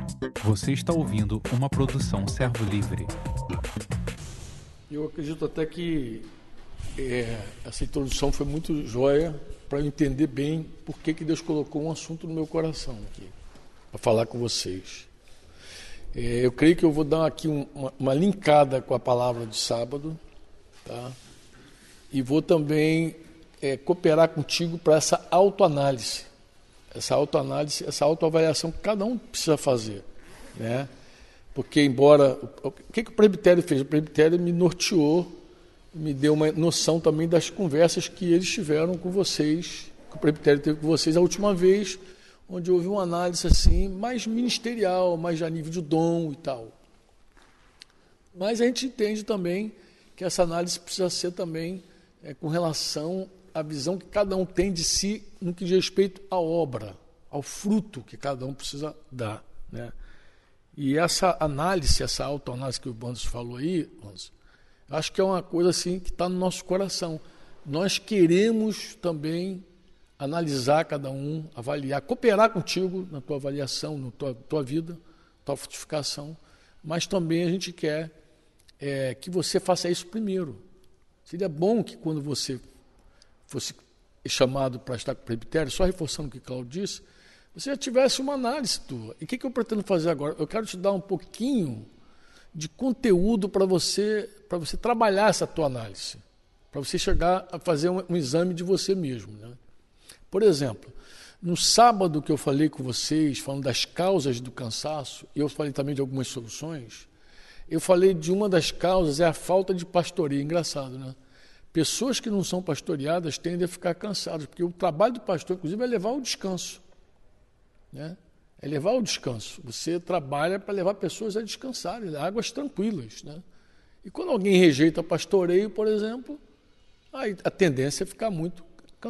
Você está ouvindo uma produção Servo Livre. Eu acredito até que essa introdução foi muito joia para eu entender bem por que Deus colocou um assunto no meu coração aqui, para falar com vocês. Eu creio que eu vou dar aqui uma linkada com a palavra de sábado, tá? E vou também cooperar contigo para essa autoanálise, essa autoavaliação que cada um precisa fazer, né? Porque embora... O que o presbitério fez? O presbitério me norteou, me deu uma noção também das conversas que eles tiveram com vocês, que o presbitério teve com vocês a última vez, onde houve uma análise assim, mais ministerial, mais a nível de dom e tal. Mas a gente entende também que essa análise precisa ser também com relação à visão que cada um tem de si no que diz respeito à obra, ao fruto que cada um precisa dar, né? E essa análise, essa autoanálise que o Bandos falou aí, acho que é uma coisa assim que está no nosso coração. Nós queremos também analisar cada um, avaliar, cooperar contigo na tua avaliação, na tua vida, tua frutificação, mas também a gente quer que você faça isso primeiro. Seria bom que quando você fosse chamado para estar com o presbitério, só reforçando o que Cláudio disse, você já tivesse uma análise tua. E o que eu pretendo fazer agora? Eu quero te dar um pouquinho de conteúdo para você trabalhar essa tua análise, para você chegar a fazer um exame de você mesmo, né? Por exemplo, no sábado que eu falei com vocês, falando das causas do cansaço, e eu falei também de algumas soluções, eu falei de uma das causas, é a falta de pastoreio. Engraçado, né? Pessoas que não são pastoreadas tendem a ficar cansadas, porque o trabalho do pastor, inclusive, é levar o descanso, né? É levar o descanso. Você trabalha para levar pessoas a descansarem, águas tranquilas, né? E quando alguém rejeita pastoreio, por exemplo, aí a tendência é ficar muito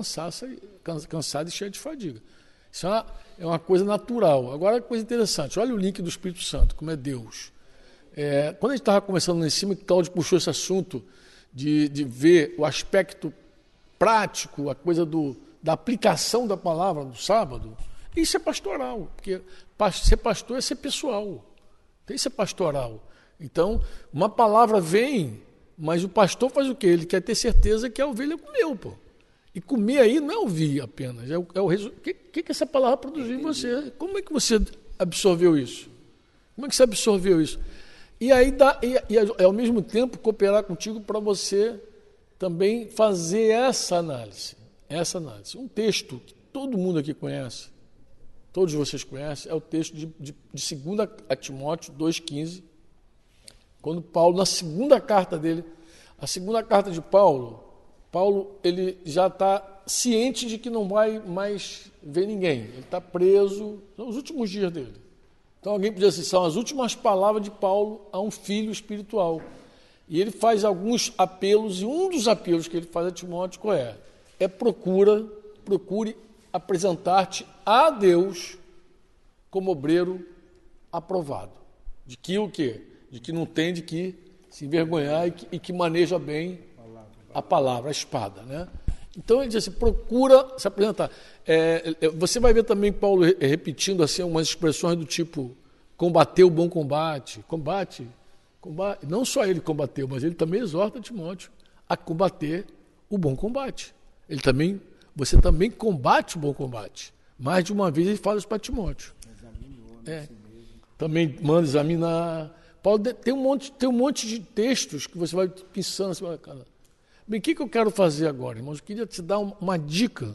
cansado e cheio de fadiga. Isso é uma coisa natural. Agora, coisa interessante, olha o link do Espírito Santo, como é Deus. Quando a gente estava conversando lá em cima, que Cláudio puxou esse assunto de ver o aspecto prático, a coisa da aplicação da palavra do sábado, isso é pastoral, porque ser pastor é ser pessoal, tem que ser pastoral. Então, uma palavra vem, mas o pastor faz o quê? Ele quer ter certeza que a ovelha comeu, pô. E comer aí não é ouvir apenas, é o resultado. O que essa palavra produziu em você? Como é que você absorveu isso? Como é que você absorveu isso? E aí ao mesmo tempo cooperar contigo para você também fazer essa análise. Um texto que todo mundo aqui conhece, todos vocês conhecem, é o texto de 2 Timóteo 2,15, quando Paulo, na segunda carta dele, a segunda carta de Paulo ele já está ciente de que não vai mais ver ninguém, ele está preso, são os últimos dias dele. Então alguém podia dizer, são as últimas palavras de Paulo a um filho espiritual. E ele faz alguns apelos, e um dos apelos que ele faz a Timóteo qual é? Procure apresentar-te a Deus como obreiro aprovado. De que o quê? De que não tem de que se envergonhar e que maneja bem a palavra, a espada, né? Então ele diz assim, procura se apresentar. Você vai ver também Paulo repetindo assim algumas expressões do tipo combater o bom combate, combate. Não só ele combateu, mas ele também exorta Timóteo a combater o bom combate. Você também combate o bom combate. Mais de uma vez ele fala isso para Timóteo. Também manda examinar. Paulo tem um monte de textos que você vai pensando assim, cara. Bem, o que eu quero fazer agora, irmãos? Eu queria te dar uma dica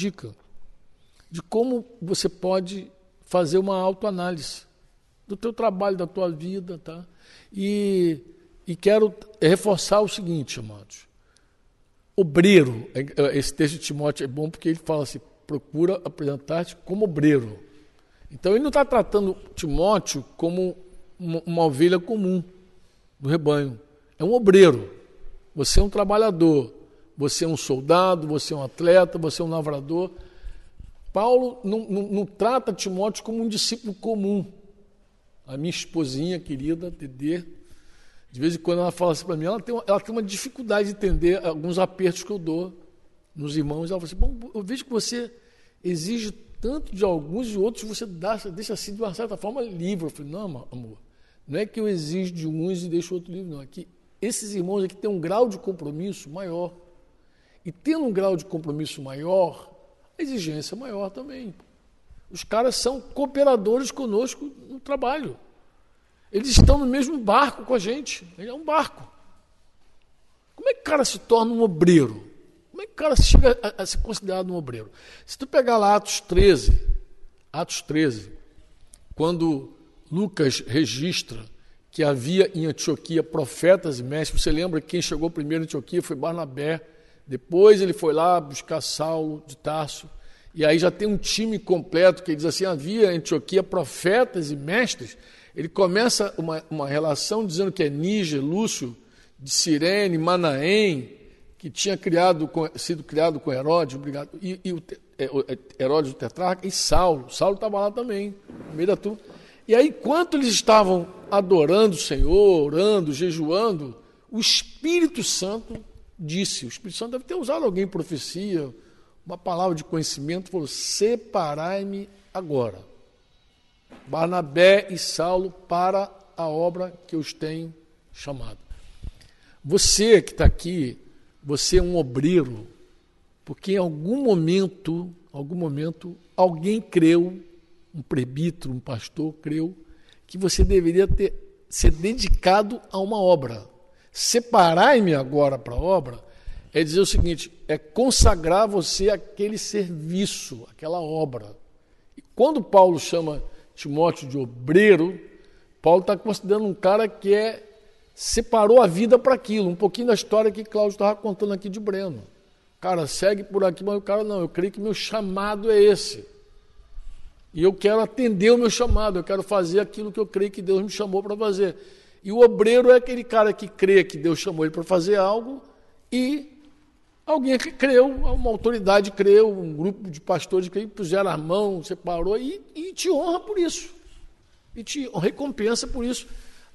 de como você pode fazer uma autoanálise do teu trabalho, da tua vida, tá? E quero reforçar o seguinte, amados. Obreiro, esse texto de Timóteo é bom porque ele fala assim, procura apresentar-te como obreiro. Então ele não está tratando Timóteo como uma ovelha comum do rebanho. É um obreiro. Você é um trabalhador, você é um soldado, você é um atleta, você é um lavrador. Paulo não trata Timóteo como um discípulo comum. A minha esposinha querida, Dedê, de vez em quando ela fala assim para mim, ela tem uma dificuldade de entender alguns apertos que eu dou nos irmãos. Ela fala assim, bom, eu vejo que você exige tanto de alguns e outros você deixa assim, de uma certa forma, livre. Eu falei, não, amor, não é que eu exijo de uns e deixo outro livre, não. É que esses irmãos aqui têm um grau de compromisso maior. E tendo um grau de compromisso maior, a exigência é maior também. Os caras são cooperadores conosco no trabalho. Eles estão no mesmo barco com a gente. Ele é um barco. Como é que o cara se torna um obreiro? Como é que o cara chega a ser considerado um obreiro? Se tu pegar lá Atos 13, quando Lucas registra que havia em Antioquia profetas e mestres, você lembra que quem chegou primeiro em Antioquia foi Barnabé, depois ele foi lá buscar Saulo de Tarso, e aí já tem um time completo que diz assim, havia em Antioquia profetas e mestres. Ele começa uma relação dizendo que é Níger, Lúcio, de Cirene, Manaém, que tinha sido criado com Herodes, Herodes o tetrarca, e Saulo. Saulo estava lá também, no meio da turma. E aí, enquanto eles estavam adorando o Senhor, orando, jejuando, o Espírito Santo disse, o Espírito Santo deve ter usado alguém em profecia, uma palavra de conhecimento, falou, separai-me agora, Barnabé e Saulo, para a obra que eu os tenho chamado. Você que está aqui, você é um obreiro, porque em algum momento, alguém creu, um presbítero, um pastor creu, que você deveria ser dedicado a uma obra. Separar-me agora para a obra é dizer o seguinte, é consagrar você àquele serviço, àquela obra. E quando Paulo chama Timóteo de obreiro, Paulo está considerando um cara que separou a vida para aquilo, um pouquinho da história que Cláudio estava contando aqui de Breno. O cara segue por aqui, mas o cara não, eu creio que meu chamado é esse. E eu quero atender o meu chamado, eu quero fazer aquilo que eu creio que Deus me chamou para fazer. E o obreiro é aquele cara que crê que Deus chamou ele para fazer algo e alguém que creu, uma autoridade creu, um grupo de pastores que puseram a mão, separou e te honra por isso. E te recompensa por isso.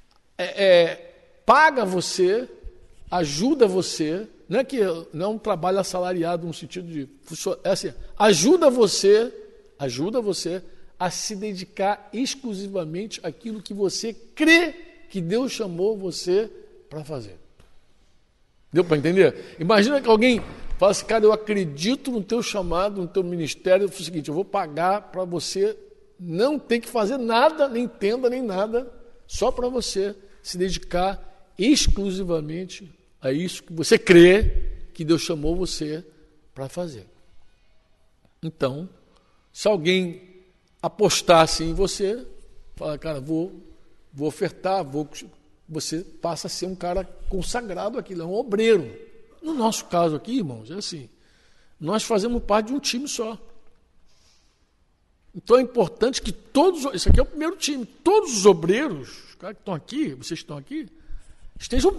Paga você, ajuda você, não é um trabalho assalariado no sentido de... É assim, ajuda você a se dedicar exclusivamente àquilo que você crê que Deus chamou você para fazer. Deu para entender? Imagina que alguém fala assim, cara, eu acredito no teu chamado, no teu ministério, eu falo o seguinte, eu vou pagar para você não ter que fazer nada, nem tenda, nem nada, só para você se dedicar exclusivamente a isso que você crê que Deus chamou você para fazer. Então, se alguém apostasse em você, fala, cara, vou ofertar, você passa a ser um cara consagrado àquilo, é um obreiro. No nosso caso aqui, irmãos, é assim, nós fazemos parte de um time só. Então é importante que isso aqui é o primeiro time, todos os obreiros, os caras que estão aqui, vocês que estão aqui, estejam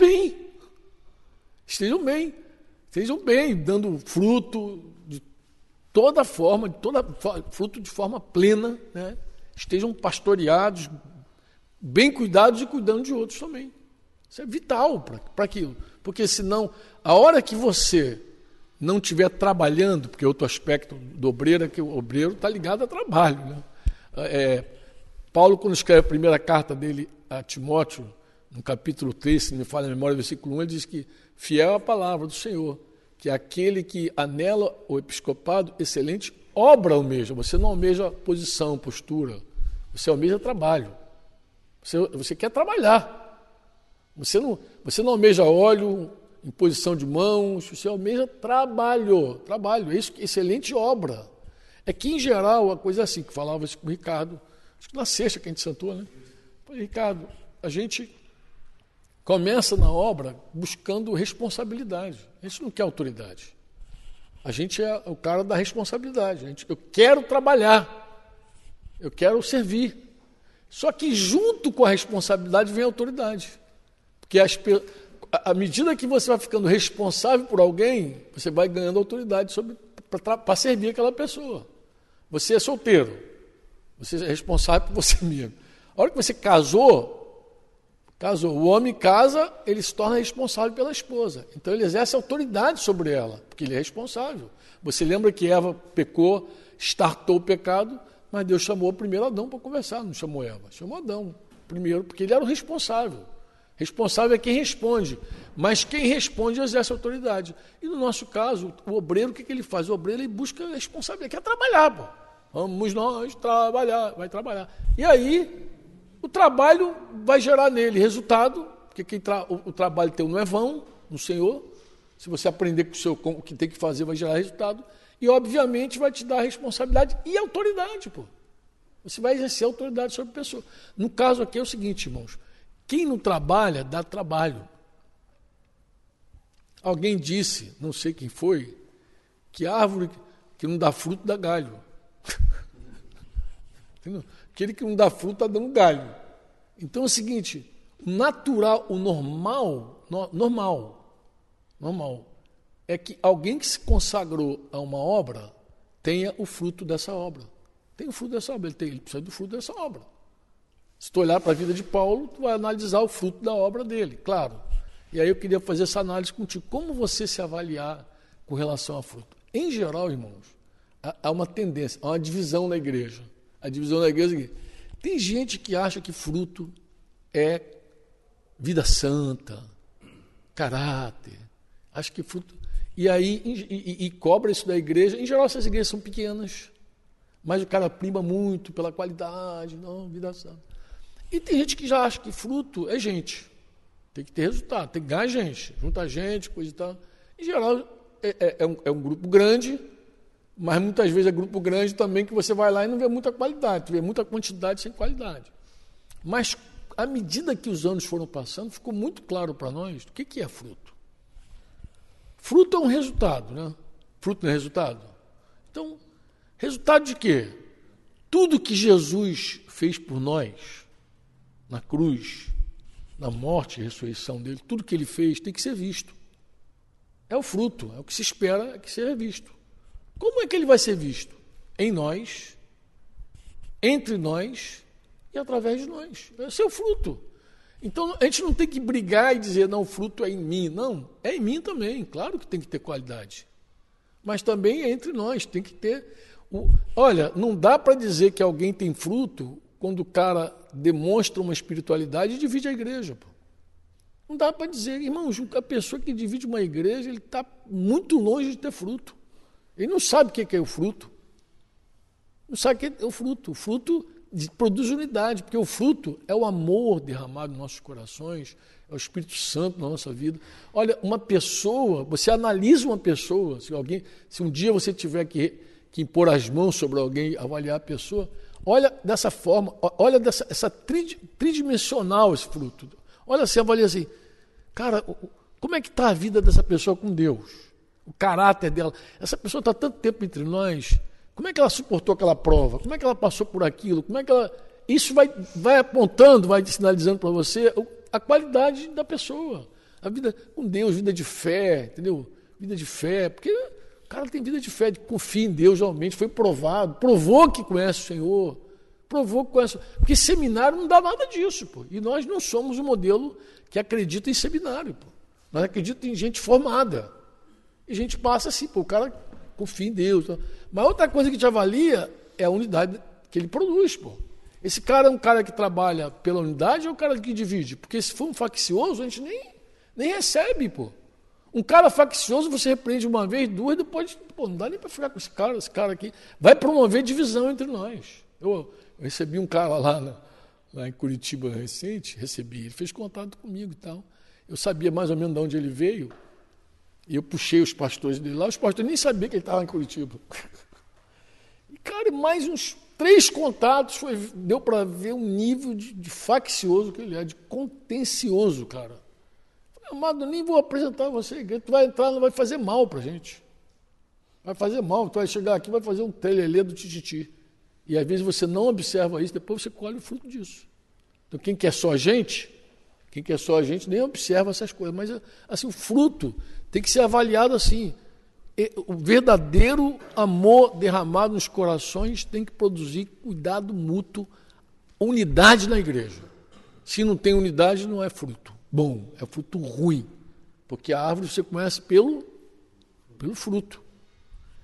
bem, dando fruto de toda forma, fruto de forma plena, né? Estejam pastoreados, bem cuidados e cuidando de outros também. Isso é vital para aquilo. Porque senão, a hora que você não estiver trabalhando, porque outro aspecto do obreiro é que o obreiro está ligado a trabalho. Né? Paulo, quando escreve a primeira carta dele a Timóteo, no capítulo 3, se não me falha a memória, versículo 1, ele diz que fiel é a palavra do Senhor, que aquele que anela o episcopado, excelente obra almeja. Você não almeja posição, postura, você almeja trabalho. Você quer trabalhar. Você não almeja óleo, imposição de mãos, você almeja trabalho, é isso, excelente obra. É que, em geral, a coisa é assim, que falava isso com o Ricardo, acho que na sexta que a gente sentou, né? Falei, Ricardo, a gente começa na obra buscando responsabilidade. A gente não quer autoridade. A gente é o cara da responsabilidade. Eu quero trabalhar, eu quero servir. Só que junto com a responsabilidade vem a autoridade. Porque à medida que você vai ficando responsável por alguém, você vai ganhando autoridade para servir aquela pessoa. Você é solteiro, você é responsável por você mesmo. A hora que você casou, o homem casa, ele se torna responsável pela esposa. Então ele exerce autoridade sobre ela, porque ele é responsável. Você lembra que Eva pecou startou o pecado, mas Deus chamou primeiro Adão para conversar, não chamou Eva, chamou Adão primeiro, porque ele era o responsável. Responsável é quem responde, mas quem responde exerce autoridade. E no nosso caso, o obreiro, o que ele faz? O obreiro ele busca responsabilidade, quer trabalhar, pô. Vamos nós trabalhar, vai trabalhar. E aí, o trabalho vai gerar nele resultado, porque o trabalho teu não é vão no Senhor. Se você aprender com o que tem que fazer, vai gerar resultado. E, obviamente, vai te dar responsabilidade e autoridade, pô. Você vai exercer autoridade sobre a pessoa. No caso aqui é o seguinte, irmãos. Quem não trabalha, dá trabalho. Alguém disse, não sei quem foi, que árvore que não dá fruto dá galho. Aquele que não dá fruto está dando galho. Então é o seguinte, o natural, o normal é que alguém que se consagrou a uma obra tenha o fruto dessa obra. Tem o fruto dessa obra, ele precisa do fruto dessa obra. Se tu olhar para a vida de Paulo, tu vai analisar o fruto da obra dele, claro. E aí eu queria fazer essa análise contigo. Como você se avaliar com relação a fruto? Em geral, irmãos, há uma tendência, há uma divisão na igreja. A divisão da igreja é que tem gente que acha que fruto é vida santa, caráter. Acho que fruto... E aí, e cobra isso da igreja. Em geral, essas igrejas são pequenas, mas o cara prima muito pela qualidade, não, vida santa. E tem gente que já acha que fruto é gente. Tem que ter resultado, tem que ganhar gente, juntar gente, coisa e tal. Em geral, é um grupo grande, mas muitas vezes é grupo grande também que você vai lá e não vê muita qualidade, tu vê muita quantidade sem qualidade. Mas, à medida que os anos foram passando, ficou muito claro para nós o que é fruto. Fruto é um resultado, né? Fruto não é resultado? Então, resultado de quê? Tudo que Jesus fez por nós, na cruz, na morte e ressurreição dele, tudo que ele fez tem que ser visto. É o fruto, é o que se espera que seja visto. Como é que ele vai ser visto? Em nós, entre nós e através de nós. Esse é o fruto. Então, a gente não tem que brigar e dizer, não, o fruto é em mim. Não, é em mim também. Claro que tem que ter qualidade. Mas também é entre nós, tem que ter... Olha, não dá para dizer que alguém tem fruto quando o cara demonstra uma espiritualidade e divide a igreja. Pô. Não dá para dizer, irmãos, a pessoa que divide uma igreja, ele está muito longe de ter fruto. Ele não sabe o que é o fruto. Não sabe o que é o fruto. O fruto produz unidade, porque o fruto é o amor derramado nos nossos corações, é o Espírito Santo na nossa vida. Olha, uma pessoa, você analisa uma pessoa, se um dia você tiver que impor as mãos sobre alguém, avaliar a pessoa, olha dessa forma, olha essa tridimensional esse fruto. Olha assim, avalia assim, cara, como é que está a vida dessa pessoa com Deus? O caráter dela. Essa pessoa está tanto tempo entre nós, como é que ela suportou aquela prova? Como é que ela passou por aquilo? Como é que ela... Isso vai apontando, vai sinalizando para você a qualidade da pessoa. A vida com Deus, vida de fé, entendeu? Vida de fé, porque o cara tem vida de fé, confia em Deus realmente, foi provado, provou que conhece o Senhor, provou que conhece... Porque seminário não dá nada disso, pô. E nós não somos um modelo que acredita em seminário, pô. Nós acreditamos em gente formada. E a gente passa assim, pô, o cara confia em Deus. Tá? Mas outra coisa que te avalia é a unidade que ele produz, pô. Esse cara é um cara que trabalha pela unidade ou é um cara que divide? Porque se for um faccioso, a gente nem recebe, pô. Um cara faccioso, você repreende uma vez, duas, depois, pô, não dá nem para ficar com esse cara aqui. Vai promover divisão entre nós. Eu recebi um cara lá em Curitiba recente, ele fez contato comigo e tal. Eu sabia mais ou menos de onde ele veio, e eu puxei os pastores dele lá, os pastores nem sabiam que ele estava em Curitiba. E, cara, mais uns 3 contatos, deu para ver um nível de faccioso que ele é, de contencioso, cara. Falei, amado, nem vou apresentar você, tu vai entrar, não vai fazer mal para a gente. Vai fazer mal, tu vai chegar aqui, vai fazer um telelê do tititi. E às vezes você não observa isso, depois você colhe o fruto disso. Então quem quer só a gente nem observa essas coisas. Mas assim, o fruto tem que ser avaliado assim. O verdadeiro amor derramado nos corações tem que produzir cuidado mútuo, unidade na igreja. Se não tem unidade, não é fruto bom, é fruto ruim. Porque a árvore você conhece pelo fruto.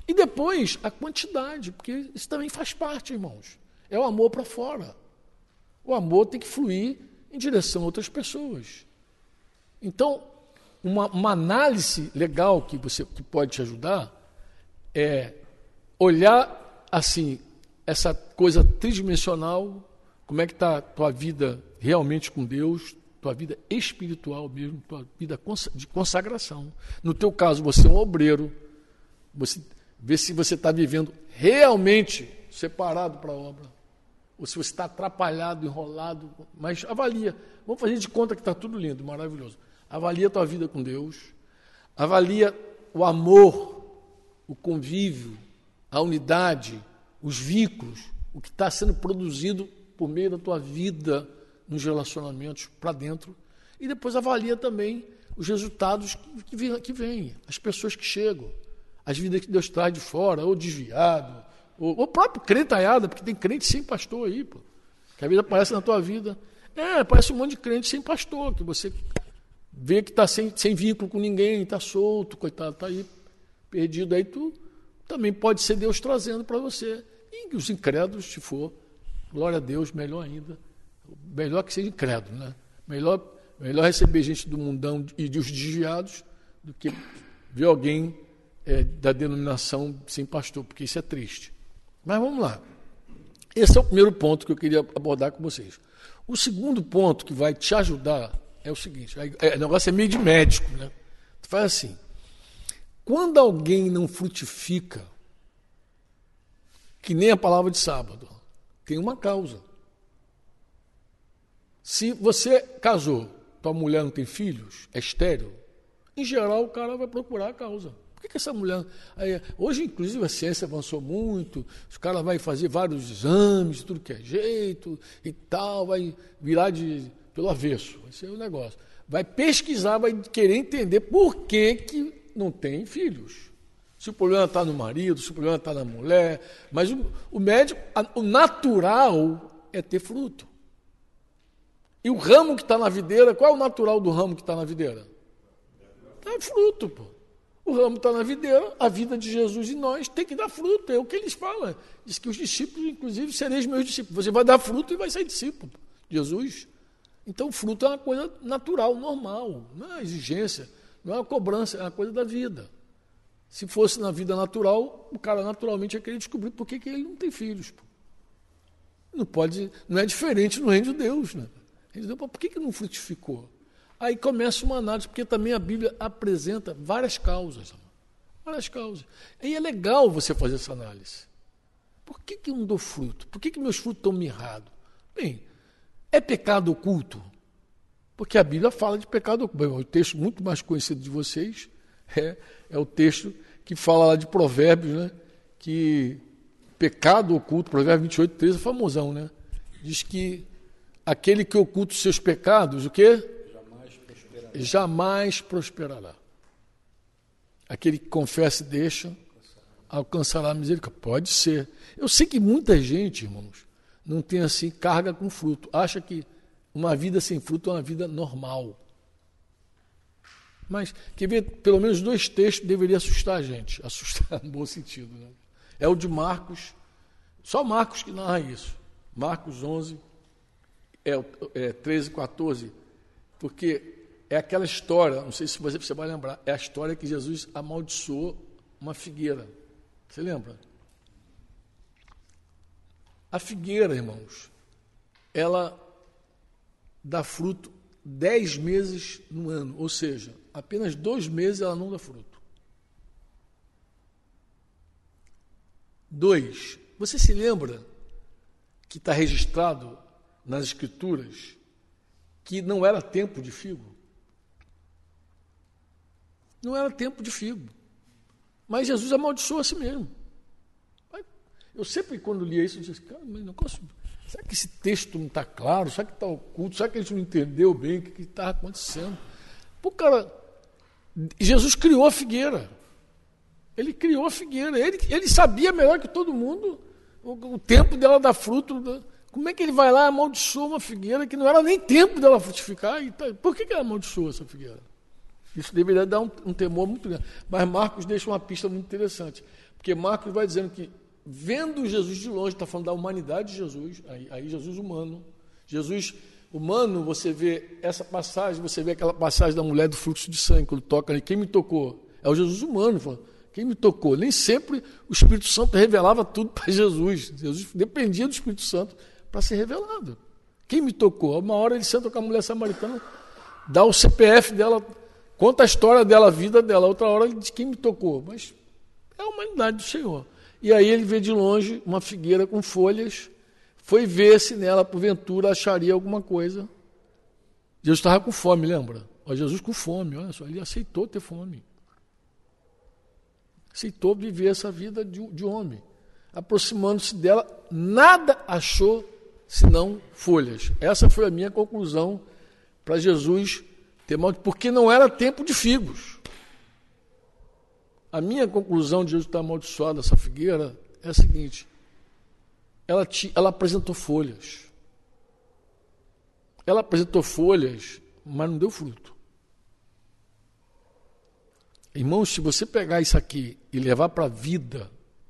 E depois, a quantidade, porque isso também faz parte, irmãos. É o amor para fora. O amor tem que fluir em direção a outras pessoas. Então, uma análise legal que pode te ajudar é olhar assim, essa coisa tridimensional, como é que está a tua vida realmente com Deus, tua vida espiritual mesmo, tua vida de consagração. No teu caso, você é um obreiro, você vê se você está vivendo realmente separado para a obra, ou se você está atrapalhado, enrolado, mas avalia. Vamos fazer de conta que está tudo lindo, maravilhoso. Avalia a tua vida com Deus, avalia o amor, o convívio, a unidade, os vínculos, o que está sendo produzido por meio da tua vida nos relacionamentos para dentro, e depois avalia também os resultados que vêm, as pessoas que chegam, as vidas que Deus traz de fora, ou desviado, ou o próprio crentaiada, porque tem crente sem pastor aí, pô, que a vida aparece na tua vida. Parece um monte de crente sem pastor, que você vê que está sem vínculo com ninguém, está solto, coitado, está aí perdido. Aí tu também pode ser Deus trazendo para você. E os incrédulos, se for, glória a Deus, melhor ainda. Melhor que seja incrédulo, né? Melhor receber gente do mundão e dos desviados do que ver alguém da denominação sem pastor, porque isso é triste. Mas vamos lá. Esse é o primeiro ponto que eu queria abordar com vocês. O segundo ponto que vai te ajudar é o seguinte, o negócio é meio de médico, né? Tu faz assim, quando alguém não frutifica, que nem a palavra de sábado, tem uma causa. Se você casou, tua mulher não tem filhos, é estéril, em geral o cara vai procurar a causa. Por que essa mulher... Hoje, inclusive, a ciência avançou muito, os caras vão fazer vários exames, tudo que é jeito e tal, vai virar pelo avesso, vai ser o negócio. Vai pesquisar, vai querer entender por que não tem filhos. Se o problema está no marido, se o problema está na mulher, mas o médico, o natural é ter fruto. E o ramo que está na videira, qual é o natural do ramo que está na videira? É fruto, pô. O ramo está na videira, a vida de Jesus em nós tem que dar fruto, é o que eles falam. Diz que os discípulos, inclusive, sereis meus discípulos. Você vai dar fruto e vai ser discípulo de Jesus. Então, fruto é uma coisa natural, normal, não é uma exigência, não é uma cobrança, é uma coisa da vida. Se fosse na vida natural, o cara naturalmente ia querer descobrir por que ele não tem filhos. Pô. Não é diferente no reino de Deus, né? Por que não frutificou? Aí começa uma análise, porque também a Bíblia apresenta várias causas. Várias causas. E é legal você fazer essa análise. Por que eu não dou fruto? Por que meus frutos estão mirrados? Bem, é pecado oculto? Porque a Bíblia fala de pecado oculto. O texto muito mais conhecido de vocês é o texto que fala lá de Provérbios, né? Que pecado oculto, Provérbios 28, 13, é famosão, né? Diz que aquele que oculta os seus pecados, o quê? Jamais prosperará. Aquele que confessa e deixa, alcançará a misericórdia. Pode ser. Eu sei que muita gente, irmãos, não tem assim carga com fruto. Acha que uma vida sem fruto é uma vida normal. Mas, quer ver, pelo menos 2 textos deveriam assustar a gente. Assustar no bom sentido, né? É o de Marcos, só Marcos que narra isso. Marcos 11, 13 e 14, porque é aquela história, não sei se você vai lembrar, é a história que Jesus amaldiçoou uma figueira. Você lembra? A figueira, irmãos, ela dá fruto 10 meses no ano, ou seja, apenas 2 meses ela não dá fruto. 2, você se lembra que está registrado nas Escrituras que não era tempo de figo? Não era tempo de figo. Mas Jesus amaldiçoou a si mesmo. Eu sempre, quando lia isso, eu disse, cara, mas negócio, será que esse texto não está claro? Será que está oculto? Será que a gente não entendeu bem o que está acontecendo? Pô, cara, Jesus criou a figueira. Ele criou a figueira. Ele sabia melhor que todo mundo o tempo dela dar fruto. Como é que ele vai lá e amaldiçoa uma figueira que não era nem tempo dela frutificar? Por que ela amaldiçoou essa figueira? Isso deveria dar um temor muito grande. Mas Marcos deixa uma pista muito interessante. Porque Marcos vai dizendo que, vendo Jesus de longe, está falando da humanidade de Jesus, aí Jesus humano. Jesus humano, você vê essa passagem, você vê aquela passagem da mulher do fluxo de sangue, quando toca ali, quem me tocou? É o Jesus humano, fala, quem me tocou? Nem sempre o Espírito Santo revelava tudo para Jesus. Jesus dependia do Espírito Santo para ser revelado. Quem me tocou? Uma hora ele senta com a mulher samaritana, dá o CPF dela, conta a história dela, a vida dela. Outra hora ele diz quem me tocou. Mas é a humanidade do Senhor. E aí ele vê de longe uma figueira com folhas, foi ver se nela, porventura, acharia alguma coisa. Jesus estava com fome, lembra? Olha, Jesus com fome, olha só, ele aceitou ter fome. Aceitou viver essa vida de homem. Aproximando-se dela, nada achou senão folhas. Essa foi a minha conclusão para Jesus ter mal, porque não era tempo de figos. A minha conclusão de Jesus estar amaldiçoado essa figueira é a seguinte: ela apresentou folhas. Ela apresentou folhas, mas não deu fruto. Irmãos, se você pegar isso aqui e levar para a vida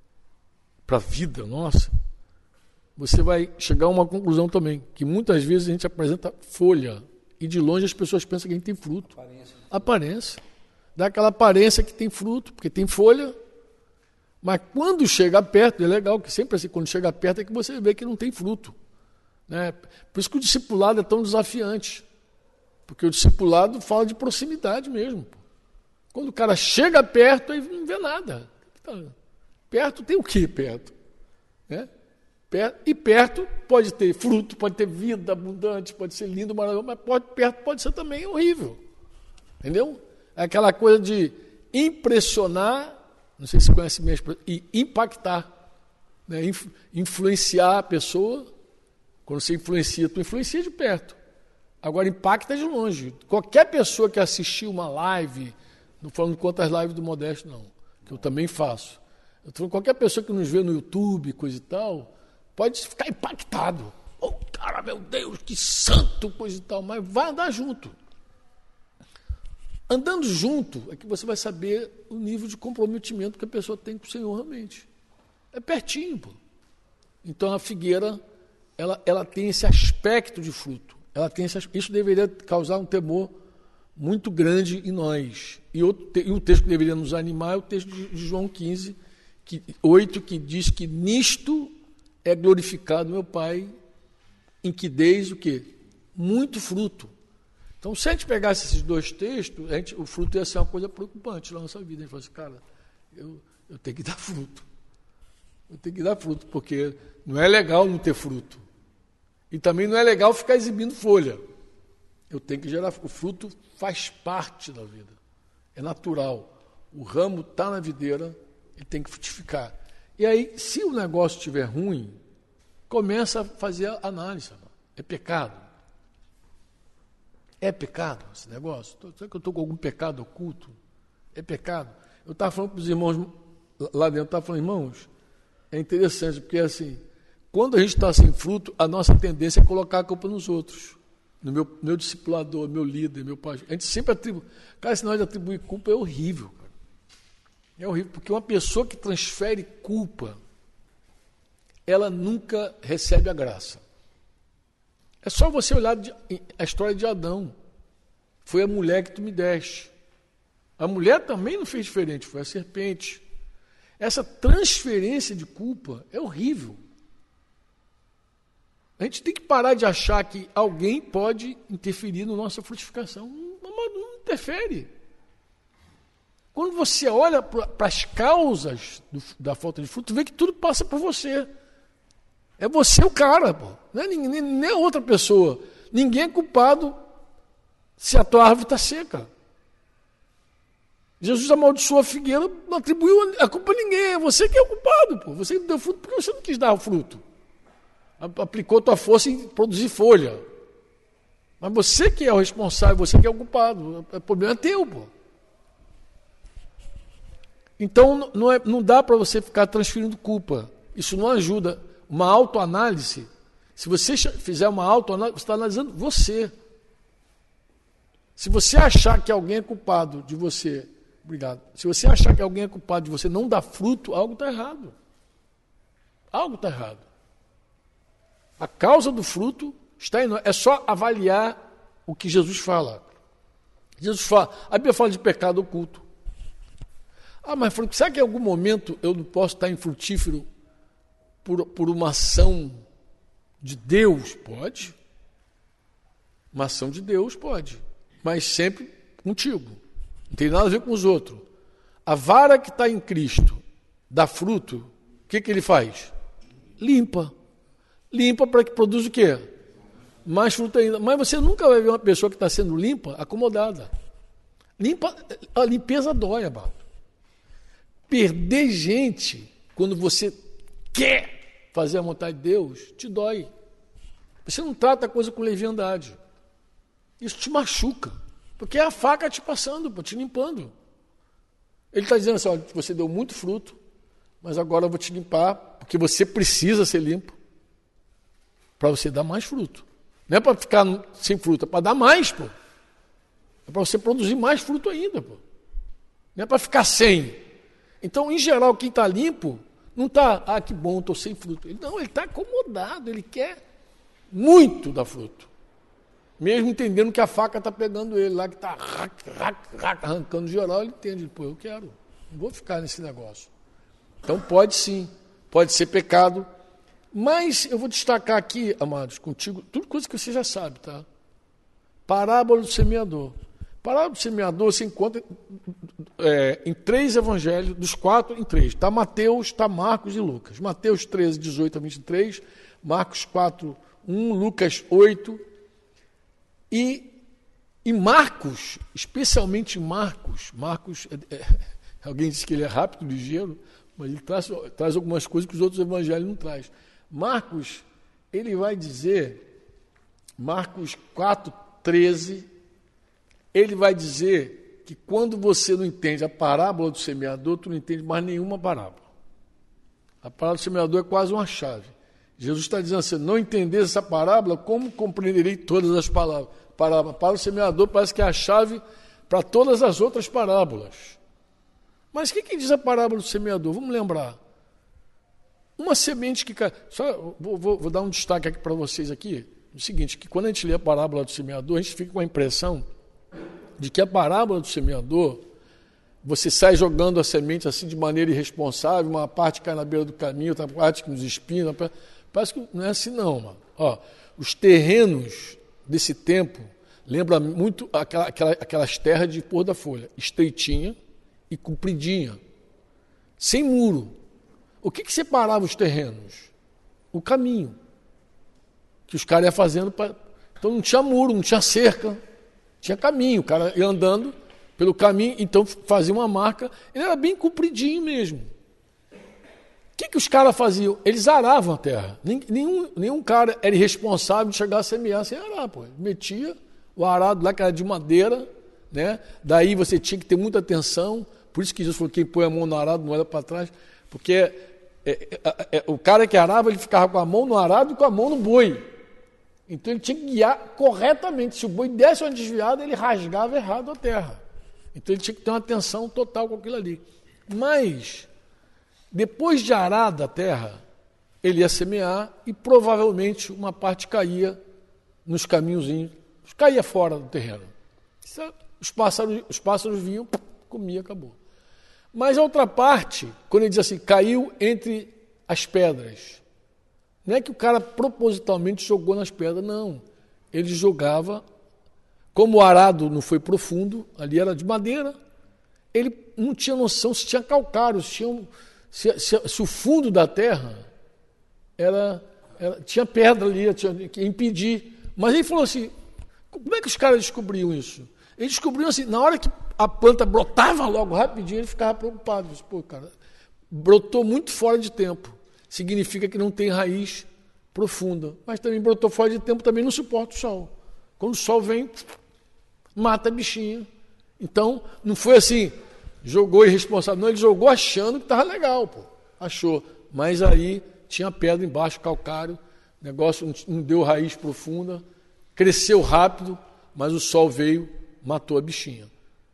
nossa, você vai chegar a uma conclusão também, que muitas vezes a gente apresenta folha e de longe as pessoas pensam que a gente tem fruto. Aparência. Dá aquela aparência que tem fruto, porque tem folha, mas quando chega perto, é legal que sempre assim, quando chega perto é que você vê que não tem fruto. Né? Por isso que o discipulado é tão desafiante, porque o discipulado fala de proximidade mesmo. Quando o cara chega perto, aí não vê nada. Perto tem o que perto? Né? E perto pode ter fruto, pode ter vida abundante, pode ser lindo, maravilhoso, mas perto pode ser também horrível. Entendeu? É aquela coisa de impressionar, não sei se você conhece mesmo, e impactar, né? Influenciar a pessoa. Quando você influencia, tu influencia de perto. Agora impacta de longe. Qualquer pessoa que assistiu uma live, não falando quantas lives do Modesto, não, que eu também faço. Eu tô falando, qualquer pessoa que nos vê no YouTube, coisa e tal, pode ficar impactado. Oh, cara, meu Deus, que santo, coisa e tal, mas vai andar junto. Andando junto é que você vai saber o nível de comprometimento que a pessoa tem com o Senhor realmente. É pertinho, pô. Então a figueira, ela tem esse aspecto de fruto. Isso deveria causar um temor muito grande em nós. E o texto que deveria nos animar é o texto de João 15, 8, que diz que nisto é glorificado meu Pai, em que deis o quê? Muito fruto. Então, se a gente pegasse esses dois textos, o fruto ia ser uma coisa preocupante na nossa vida. A gente fala assim, cara, eu tenho que dar fruto. Eu tenho que dar fruto, porque não é legal não ter fruto. E também não é legal ficar exibindo folha. Eu tenho que gerar. O fruto faz parte da vida. É natural. O ramo está na videira, ele tem que frutificar. E aí, se o negócio estiver ruim, começa a fazer a análise. É pecado. É pecado esse negócio? Será que eu estou com algum pecado oculto? É pecado? Eu estava falando para os irmãos lá dentro, estava falando, irmãos, é interessante, porque assim, quando a gente está sem fruto, a nossa tendência é colocar a culpa nos outros. No meu discipulador, meu líder, meu pai. A gente sempre atribui. Cara, esse negócio de atribuir culpa é horrível. Cara. É horrível, porque uma pessoa que transfere culpa, ela nunca recebe a graça. É só você olhar a história de Adão. Foi a mulher que tu me deste. A mulher também não fez diferente, foi a serpente. Essa transferência de culpa é horrível. A gente tem que parar de achar que alguém pode interferir na nossa frutificação. Não interfere. Quando você olha para as causas da falta de fruto, tu vê que tudo passa por você. É você o cara, pô. Não é nem outra pessoa. Ninguém é culpado se a tua árvore está seca. Jesus amaldiçoou a figueira, não atribuiu a culpa a ninguém. É você que é o culpado, pô. Você que deu fruto porque você não quis dar o fruto. Aplicou tua força em produzir folha. Mas você que é o responsável, você que é o culpado. O problema é teu, pô. Então não dá para você ficar transferindo culpa. Isso não ajuda. Uma autoanálise, se você fizer uma autoanálise, você está analisando você. Se você achar que alguém é culpado de você Obrigado. Se você achar que alguém é culpado de você não dar fruto, algo está errado. Algo está errado. A causa do fruto está em nós. É só avaliar o que Jesus fala. Jesus fala, a Bíblia fala de pecado oculto. Mas será que em algum momento eu não posso estar infrutífero por uma ação de Deus? Pode. Uma ação de Deus pode. Mas sempre contigo. Não tem nada a ver com os outros. A vara que está em Cristo dá fruto, o que ele faz? Limpa. Limpa para que produza o quê? Mais fruto ainda. Mas você nunca vai ver uma pessoa que está sendo limpa, acomodada. A limpeza dói, amado. Perder gente, quando você quer fazer a vontade de Deus, te dói. Você não trata a coisa com leviandade. Isso te machuca. Porque é a faca te passando, te limpando. Ele está dizendo assim, olha, você deu muito fruto, mas agora eu vou te limpar, porque você precisa ser limpo para você dar mais fruto. Não é para ficar sem fruto, é para dar mais, pô. É para você produzir mais fruto ainda, pô. Não é para ficar sem. Então, em geral, quem está limpo, não está, que bom, estou sem fruto. Não, ele está acomodado, ele quer muito dar fruto. Mesmo entendendo que a faca está pegando ele lá, que está arrancando geral, ele entende, pô, eu quero, não vou ficar nesse negócio. Então pode sim, pode ser pecado, mas eu vou destacar aqui, amados, contigo, tudo coisa que você já sabe, tá? Parábola do semeador. Parábola do semeador você encontra em 3 evangelhos, dos 4 em 3. Está Mateus, está Marcos e Lucas. Mateus 13, 18 a 23, Marcos 4, 1, Lucas 8. E Marcos, especialmente Marcos, alguém disse que ele é rápido, ligeiro, mas ele traz algumas coisas que os outros evangelhos não trazem. Marcos, ele vai dizer, Marcos 4, 13, ele vai dizer que quando você não entende a parábola do semeador, tu não entende mais nenhuma parábola. A parábola do semeador é quase uma chave. Jesus está dizendo assim, não entender essa parábola, como compreenderei todas as palavras? Para o semeador parece que é a chave para todas as outras parábolas. Mas o que diz a parábola do semeador? Vamos lembrar. Uma semente que cai... Só vou dar um destaque aqui para vocês aqui. O seguinte, que quando a gente lê a parábola do semeador, a gente fica com a impressão de que a parábola do semeador, você sai jogando a semente assim de maneira irresponsável, uma parte cai na beira do caminho, outra parte nos espinhos. Parece que não é assim não, mano. Os terrenos desse tempo lembra muito aquelas terras de pôr da folha, estreitinha e compridinha, sem muro. O que separava os terrenos? O caminho que os caras iam fazendo. Então não tinha muro, não tinha cerca, tinha caminho. O cara ia andando pelo caminho, então fazia uma marca. Ele era bem compridinho mesmo. O que os caras faziam? Eles aravam a terra. Nenhum cara era irresponsável de chegar a semear sem arar. Pô. Metia o arado lá, que era de madeira, né? Daí você tinha que ter muita atenção. Por isso que Jesus falou, quem põe a mão no arado não olha para trás. Porque o cara que arava, ele ficava com a mão no arado e com a mão no boi. Então ele tinha que guiar corretamente. Se o boi desse uma desviada, ele rasgava errado a terra. Então ele tinha que ter uma atenção total com aquilo ali. Mas... depois de arada a terra, ele ia semear e provavelmente uma parte caía nos caminhozinhos, caía fora do terreno. Os pássaros vinham, comia, acabou. Mas a outra parte, quando ele diz assim, caiu entre as pedras. Não é que o cara propositalmente jogou nas pedras, não. Ele jogava, como o arado não foi profundo, ali era de madeira, ele não tinha noção se tinha calcário, se o fundo da terra tinha pedra ali, tinha que impedir. Mas ele falou assim, como é que os caras descobriam isso? Eles descobriam assim, na hora que a planta brotava logo rapidinho, ele ficava preocupado. Disse, pô, cara, brotou muito fora de tempo. Significa que não tem raiz profunda. Mas também brotou fora de tempo, também não suporta o sol. Quando o sol vem, mata a bichinha. Então, não foi assim... jogou irresponsável. Não, ele jogou achando que estava legal, pô. Achou. Mas aí tinha pedra embaixo, calcário, o negócio não deu raiz profunda, cresceu rápido, mas o sol veio, matou a bichinha.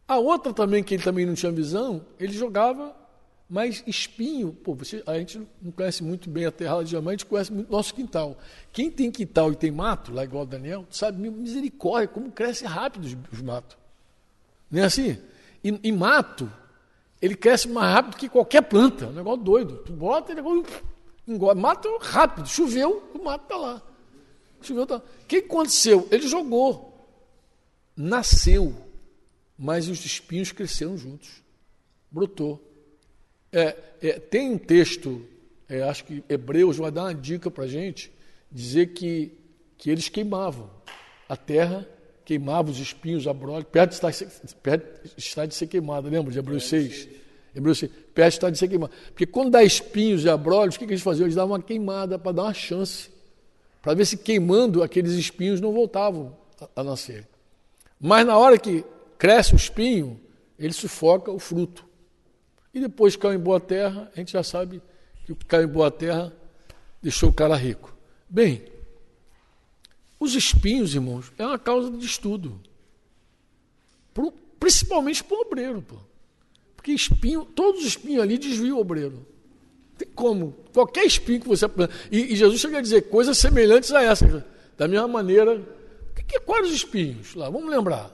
A outra também, que ele também não tinha visão, ele jogava mais espinho. Pô, a gente não conhece muito bem a terra de Jamã, a gente conhece muito nosso quintal. Quem tem quintal e tem mato, lá igual o Daniel, sabe, misericórdia, como cresce rápido os matos. Não é assim? E mato, ele cresce mais rápido que qualquer planta. É um negócio doido. Tu bota, ele engole. Mato rápido. Choveu, o mato está lá. Choveu, tá lá. O que aconteceu? Ele jogou. Nasceu. Mas os espinhos cresceram juntos. Brotou. Tem um texto, acho que Hebreus vai dar uma dica para a gente, dizer que eles queimavam a terra, queimavam os espinhos, a brolha, perto está de ser queimada, lembra de Hebreus 6? Hebreus 6, perto está de ser queimada. Porque quando dá espinhos e abrolhos, o que eles faziam? Eles davam uma queimada para dar uma chance, para ver se queimando aqueles espinhos não voltavam a nascer. Mas na hora que cresce o espinho, ele sufoca o fruto. E depois caiu em boa terra, a gente já sabe que o que caiu em boa terra deixou o cara rico. Bem, os espinhos, irmãos, é uma causa de estudo. Principalmente para o obreiro. Pô. Porque todos os espinhos ali desviam o obreiro. Tem como. Qualquer espinho que você planta. E Jesus chega a dizer coisas semelhantes a essa. Da mesma maneira. Quais os espinhos? Lá, vamos lembrar.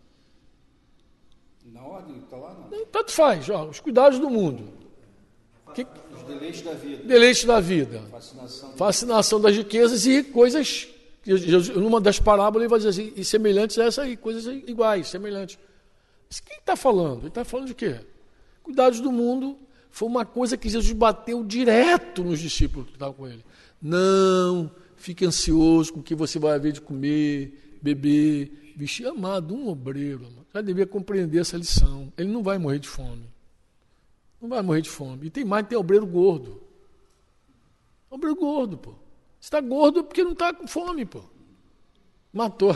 Na ordem, está lá não. Tanto faz, ó, os cuidados do mundo. Os deleites da vida. Deleites da vida. Fascinação das riquezas e coisas. Jesus, numa das parábolas, ele vai dizer assim, e semelhantes a essa aí, coisas iguais, semelhantes. Mas quem está falando? Ele está falando de quê? Cuidados do mundo foi uma coisa que Jesus bateu direto nos discípulos que estavam com ele. Não fique ansioso com o que você vai haver de comer, beber, vestir. Amado, um obreiro, já devia compreender essa lição. Ele não vai morrer de fome. Não vai morrer de fome. E tem obreiro gordo. Obreiro gordo, pô. Você está gordo porque não está com fome, pô. Matou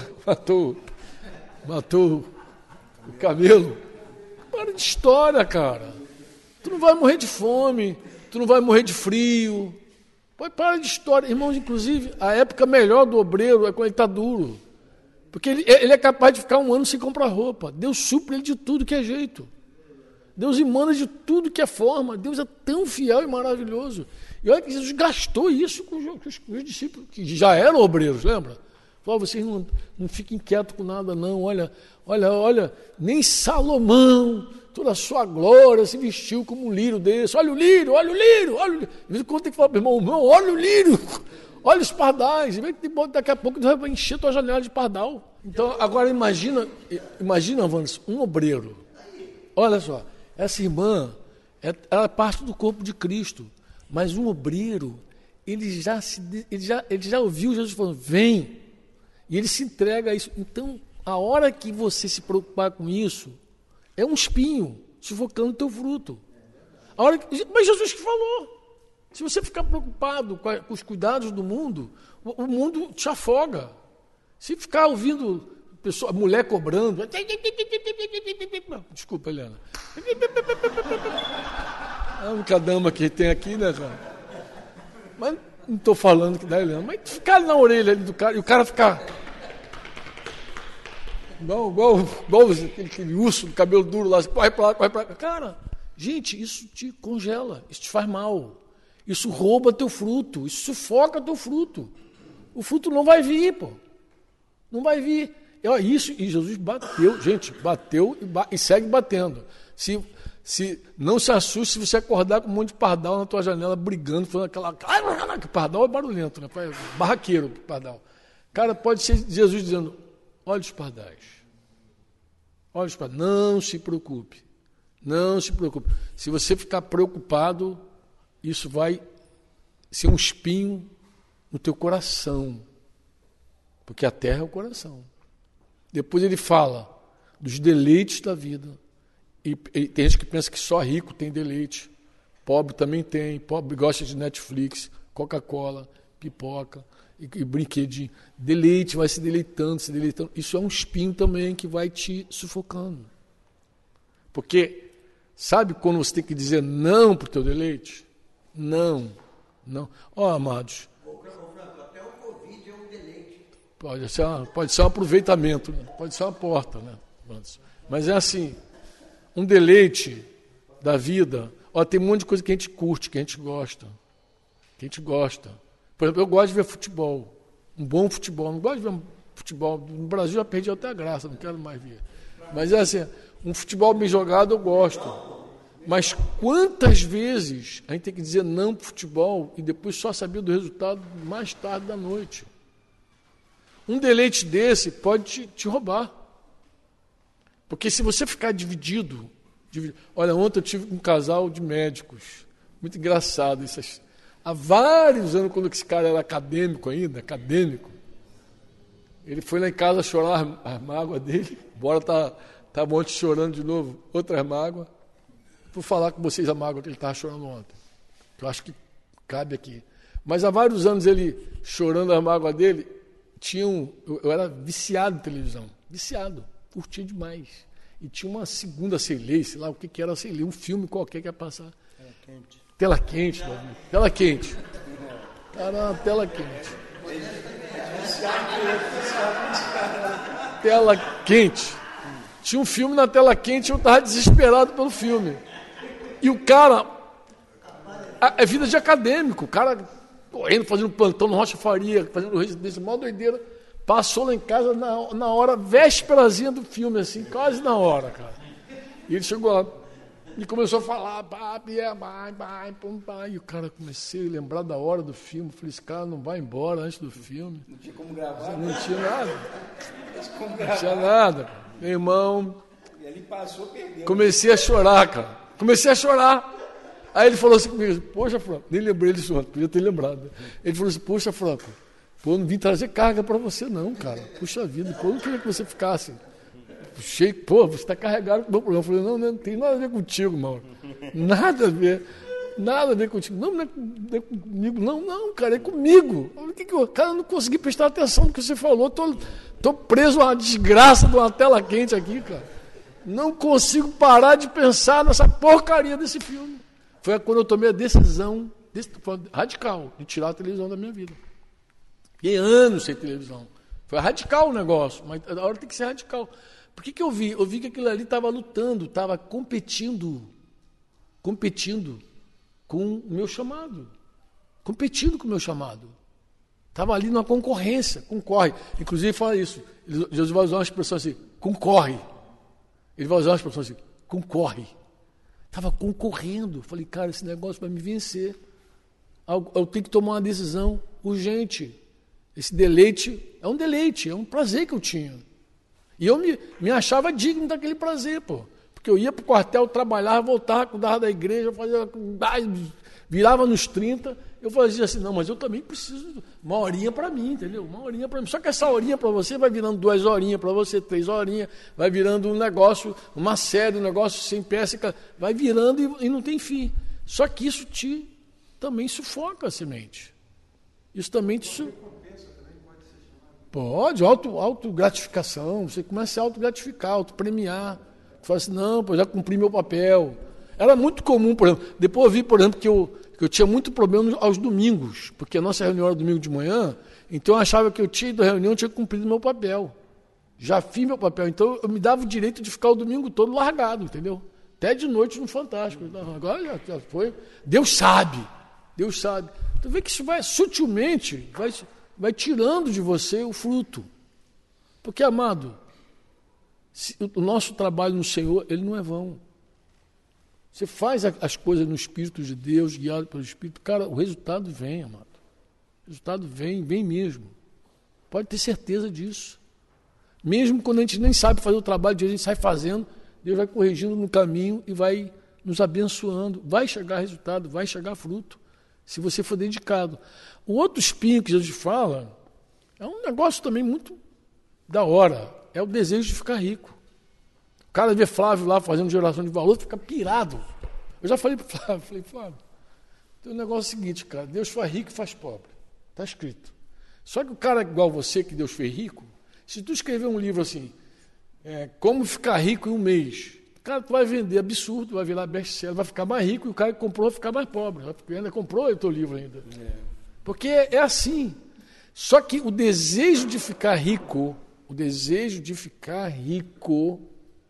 o camelo. Para de história, cara. Tu não vai morrer de fome, tu não vai morrer de frio. Pô, para de história. Irmãos, inclusive, a época melhor do obreiro é quando ele está duro. Porque ele é capaz de ficar um ano sem comprar roupa. Deus supre ele de tudo que é jeito. Deus emana de tudo que é forma. Deus é tão fiel e maravilhoso. E olha que Jesus gastou isso com os discípulos, que já eram obreiros, lembra? Falou, vocês não fiquem quietos com nada, não. Olha, nem Salomão, toda a sua glória, se vestiu como um lírio desse. Olha o lírio. De vez em quando tem que falar, meu irmão, olha o lírio, olha os pardais. Daqui a pouco Deus vai encher tua janela de pardal. Então, agora imagina, Vanessa, um obreiro. Olha só, essa irmã, ela é parte do corpo de Cristo. Mas um obreiro, ele já ouviu Jesus falando, vem, e ele se entrega a isso. Então, a hora que você se preocupar com isso, é um espinho sufocando o teu fruto. Mas Jesus que falou, se você ficar preocupado com os cuidados do mundo, o mundo te afoga. Se ficar ouvindo mulher cobrando, desculpa, Helena, a única dama que tem aqui, né, cara? Mas não estou falando que dá Helena, mas ficar na orelha ali do cara, e o cara ficar igual aquele urso do cabelo duro lá, corre para lá, corre para cá. Cara, gente, isso te congela, isso te faz mal, isso rouba teu fruto, isso sufoca teu fruto. O fruto não vai vir, pô. Não vai vir. Isso, e Jesus bateu, gente, e segue batendo. Não se assuste se você acordar com um monte de pardal na tua janela, brigando, falando que pardal é barulhento, né? Barraqueiro, pardal. Cara, pode ser Jesus dizendo, olha os pardais. Não se preocupe. Se você ficar preocupado, isso vai ser um espinho no teu coração. Porque a terra é o coração. Depois ele fala dos deleites da vida. E tem gente que pensa que só rico tem deleite. Pobre também tem. Pobre gosta de Netflix, Coca-Cola, pipoca e brinquedinho. Deleite, vai se deleitando. Isso é um espinho também que vai te sufocando. Porque, sabe quando você tem que dizer não para o teu deleite? Não. Amados. Até o Covid é um deleite. Pode ser um aproveitamento, né? Pode ser uma porta, né? Mas é assim, um deleite da vida. Ó, tem um monte de coisa que a gente curte, que a gente gosta. Por exemplo, eu gosto de ver futebol. Um bom futebol. Não gosto de ver futebol. No Brasil já perdi até a graça, não quero mais ver. Mas é assim, um futebol bem jogado eu gosto. Mas quantas vezes a gente tem que dizer não para o futebol e depois só saber do resultado mais tarde da noite? Um deleite desse pode te roubar. Porque se você ficar dividido... Olha, ontem eu tive um casal de médicos. Muito engraçado. Há vários anos, quando esse cara era acadêmico ainda, ele foi lá em casa chorar as mágoas dele. Embora tá ontem chorando de novo, outras mágoas. Vou falar com vocês a mágoa que ele estava chorando ontem. Eu acho que cabe aqui. Mas há vários anos ele chorando as mágoas dele, eu era viciado em televisão. Viciado. Curtia demais. E tinha uma segunda sei lá o que era sei um filme qualquer que ia passar. Tela quente, Davi. Tela quente. Caramba, tela quente. Tela quente. Tinha um filme na tela quente e eu estava desesperado pelo filme. E o cara, é vida de acadêmico, o cara correndo, fazendo plantão no Rocha Faria, fazendo residência, mó doideira, passou lá em casa na hora, vésperazinha do filme, assim, quase na hora, cara. E ele chegou lá e começou a falar, e o cara comecei a lembrar da hora do filme, falei, esse cara não vai embora antes do filme. Não tinha como gravar. Não tinha nada. Não tinha nada, cara. Meu irmão, e ali passou, perdeu. Comecei a chorar, cara. Aí ele falou assim comigo, poxa, Franco, nem lembrei disso ontem, podia ter lembrado. Ele falou assim, poxa, Franco, eu não vim trazer carga para você não, cara. Puxa vida, eu não queria que você ficasse cheio, você está carregado com o meu problema. Eu falei, não tem nada a ver contigo, Mauro. Nada a ver contigo. Não é comigo, não, cara, é comigo. Cara, eu não consegui prestar atenção no que você falou, tô preso a uma desgraça de uma tela quente aqui, cara. Não consigo parar de pensar nessa porcaria desse filme. Foi quando eu tomei a decisão radical de tirar a televisão da minha vida. Fiquei anos sem televisão. Foi radical o negócio, mas a hora tem que ser radical. Por que eu vi? Eu vi que aquilo ali estava lutando, estava competindo com o meu chamado. Estava ali numa concorrência, concorre. Inclusive fala isso. Jesus vai usar uma expressão assim, concorre. Ele vai usar uma expressão assim, concorre. Estava concorrendo. Falei, cara, esse negócio vai me vencer. Eu tenho que tomar uma decisão urgente. Esse deleite, é um prazer que eu tinha. E eu me achava digno daquele prazer, porque eu ia para o quartel, trabalhava, voltava, cuidava da igreja, virava nos 30, eu fazia assim, não, mas eu também preciso, uma horinha para mim, entendeu? Uma horinha para mim. Só que essa horinha para você vai virando 2 horinhas para você, 3 horinhas, vai virando um negócio, uma série, um negócio sem peça, vai virando e não tem fim. Só que isso também sufoca a semente. Isso também te... Pode, autogratificação, você começa a se autogratificar, autopremiar. Você fala assim, não, já cumpri meu papel. Era muito comum, por exemplo, depois eu vi, por exemplo, que eu tinha muito problema aos domingos, porque a nossa reunião era domingo de manhã, então eu achava que eu tinha ido à reunião, eu tinha cumprido meu papel. Já fiz meu papel, então eu me dava o direito de ficar o domingo todo largado, entendeu? Até de noite no Fantástico. Agora já foi. Deus sabe. Então vê que isso vai sutilmente, vai tirando de você o fruto. Porque, amado, o nosso trabalho no Senhor, ele não é vão. Você faz as coisas no Espírito de Deus, guiado pelo Espírito, cara, o resultado vem, amado. O resultado vem mesmo. Pode ter certeza disso. Mesmo quando a gente nem sabe fazer o trabalho de Deus, a gente sai fazendo, Deus vai corrigindo no caminho e vai nos abençoando. Vai chegar resultado, vai chegar fruto, se você for dedicado. O outro espinho que Jesus fala é um negócio também muito da hora, é o desejo de ficar rico. O cara vê Flávio lá fazendo geração de valor, fica pirado. Eu já falei para o Flávio, tem um negócio seguinte, cara, Deus faz rico e faz pobre. Está escrito. Só que o cara igual você, que Deus fez rico, se tu escrever um livro assim, como ficar rico em um mês, cara, tu vai vender absurdo, vai virar best-seller, vai ficar mais rico e o cara que comprou vai ficar mais pobre. Porque ainda comprou o teu livro ainda. Porque é assim. Só que o desejo de ficar rico,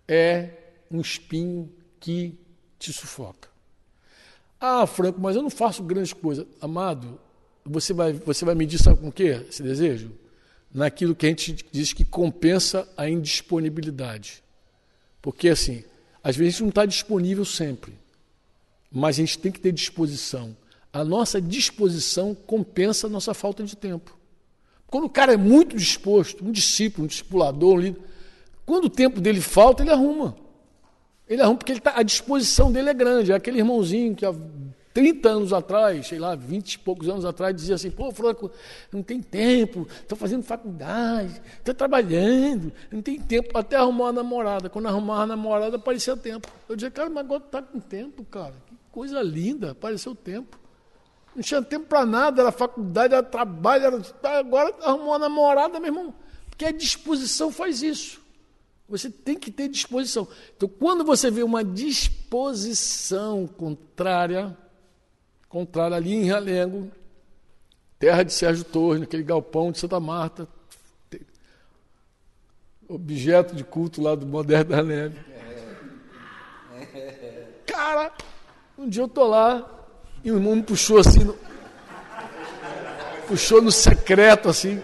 é um espinho que te sufoca. Ah, Franco, mas eu não faço grandes coisas. Amado, você vai medir, sabe com o quê? Esse desejo? Naquilo que a gente diz que compensa a indisponibilidade. Porque, assim, às vezes a gente não está disponível sempre, mas a gente tem que ter disposição. A nossa disposição compensa a nossa falta de tempo. Quando o cara é muito disposto, um discípulo, um discipulador, um líder, quando o tempo dele falta, ele arruma. Ele arruma porque a disposição dele é grande. É aquele irmãozinho que há 30 anos atrás, sei lá, 20 e poucos anos atrás, dizia assim, pô, Franco, não tem tempo, estou fazendo faculdade, estou trabalhando, não tem tempo até arrumar uma namorada. Quando arrumava a namorada, aparecia tempo. Eu dizia, cara, mas agora está com tempo, cara. Que coisa linda, apareceu tempo. Não tinha tempo para nada, era faculdade, era trabalho, agora arrumou uma namorada, meu irmão. Porque a disposição faz isso. Você tem que ter disposição. Então, quando você vê uma disposição contrária ali em Realengo, terra de Sérgio Torres, naquele galpão de Santa Marta, objeto de culto lá do Moderno da Neve. Cara, um dia eu tô lá, e o irmão me puxou assim, puxou no secreto assim.